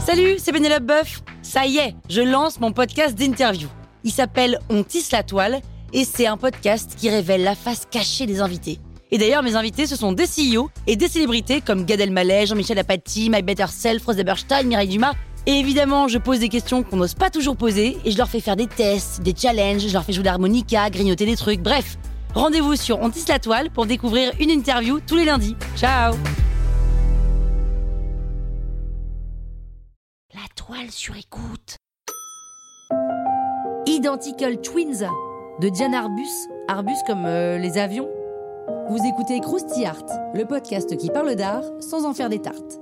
Salut, c'est Pénélope Boeuf. Ça y est, je lance mon podcast d'interview. Il s'appelle On tisse la toile et c'est un podcast qui révèle la face cachée des invités. Et d'ailleurs, mes invités, ce sont des CEO et des célébrités comme Gad Elmaleh, Jean-Michel Apathy, My Better Self, Rose Eberstein, Mireille Dumas. Et évidemment, je pose des questions qu'on n'ose pas toujours poser et je leur fais faire des tests, des challenges, je leur fais jouer de l'harmonica, grignoter des trucs, bref. Rendez-vous sur On tisse la toile pour découvrir une interview tous les lundis. Ciao! La toile sur écoute. Identical Twins de Diane Arbus. Arbus comme les avions. Vous écoutez Krusty Art, le podcast qui parle d'art sans en faire des tartes.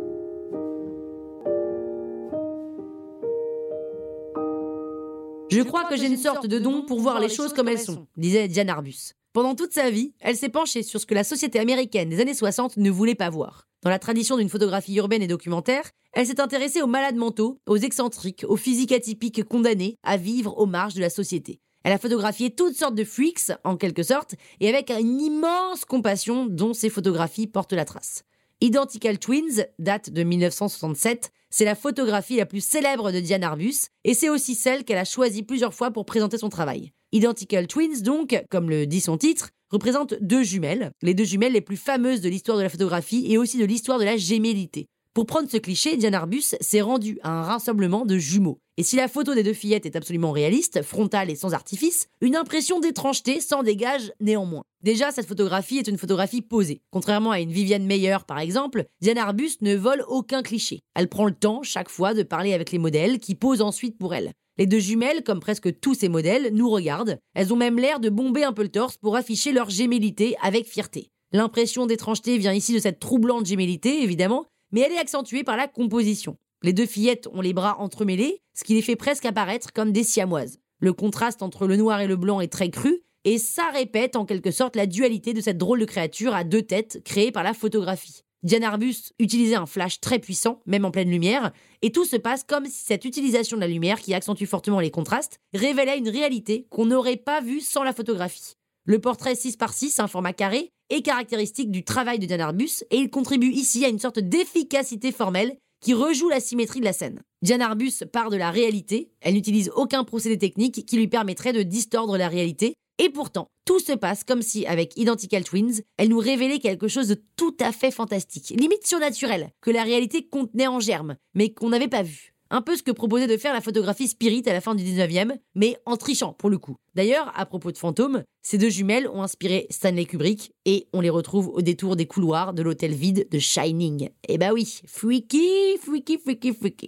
Je crois que j'ai une sorte de don pour voir les choses comme elles sont, disait Diane Arbus. Pendant toute sa vie, elle s'est penchée sur ce que la société américaine des années 60 ne voulait pas voir. Dans la tradition d'une photographie urbaine et documentaire, elle s'est intéressée aux malades mentaux, aux excentriques, aux physiques atypiques condamnés à vivre aux marges de la société. Elle a photographié toutes sortes de freaks, en quelque sorte, et avec une immense compassion dont ces photographies portent la trace. Identical Twins date de 1967, c'est la photographie la plus célèbre de Diane Arbus, et c'est aussi celle qu'elle a choisie plusieurs fois pour présenter son travail. Identical Twins, donc, comme le dit son titre, représente deux jumelles, les deux jumelles les plus fameuses de l'histoire de la photographie et aussi de l'histoire de la gémellité. Pour prendre ce cliché, Diane Arbus s'est rendue à un rassemblement de jumeaux. Et si la photo des deux fillettes est absolument réaliste, frontale et sans artifice, une impression d'étrangeté s'en dégage néanmoins. Déjà, cette photographie est une photographie posée. Contrairement à une Viviane Meyer, par exemple, Diane Arbus ne vole aucun cliché. Elle prend le temps, chaque fois, de parler avec les modèles, qui posent ensuite pour elle. Les deux jumelles, comme presque tous ces modèles, nous regardent. Elles ont même l'air de bomber un peu le torse pour afficher leur gémellité avec fierté. L'impression d'étrangeté vient ici de cette troublante gémellité, évidemment, mais elle est accentuée par la composition. Les deux fillettes ont les bras entremêlés, ce qui les fait presque apparaître comme des siamoises. Le contraste entre le noir et le blanc est très cru, et ça répète en quelque sorte la dualité de cette drôle de créature à deux têtes créée par la photographie. Diane Arbus utilisait un flash très puissant, même en pleine lumière, et tout se passe comme si cette utilisation de la lumière, qui accentue fortement les contrastes, révélait une réalité qu'on n'aurait pas vue sans la photographie. Le portrait 6x6, un format carré, est caractéristique du travail de Diane Arbus, et il contribue ici à une sorte d'efficacité formelle qui rejoue la symétrie de la scène. Diane Arbus part de la réalité, elle n'utilise aucun procédé technique qui lui permettrait de distordre la réalité, et pourtant, tout se passe comme si, avec Identical Twins, elle nous révélait quelque chose de tout à fait fantastique, limite surnaturel, que la réalité contenait en germe, mais qu'on n'avait pas vu. Un peu ce que proposait de faire la photographie Spirit à la fin du 19e, mais en trichant pour le coup. D'ailleurs, à propos de fantômes, ces deux jumelles ont inspiré Stanley Kubrick et on les retrouve au détour des couloirs de l'hôtel vide de Shining. Eh bah oui, freaky, freaky, freaky, freaky.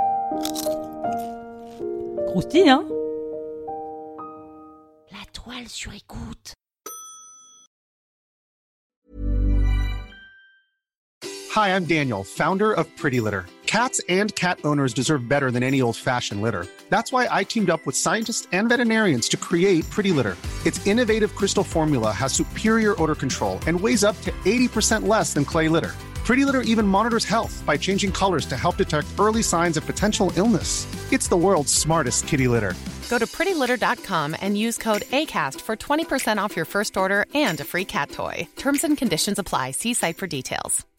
Croustille, hein? La toile sur écoute. Hi, I'm Daniel, founder of Pretty Litter. Cats and cat owners deserve better than any old-fashioned litter. That's why I teamed up with scientists and veterinarians to create Pretty Litter. Its innovative crystal formula has superior odor control and weighs up to 80% less than clay litter. Pretty Litter even monitors health by changing colors to help detect early signs of potential illness. It's the world's smartest kitty litter. Go to prettylitter.com and use code ACAST for 20% off your first order and a free cat toy. Terms and conditions apply. See site for details.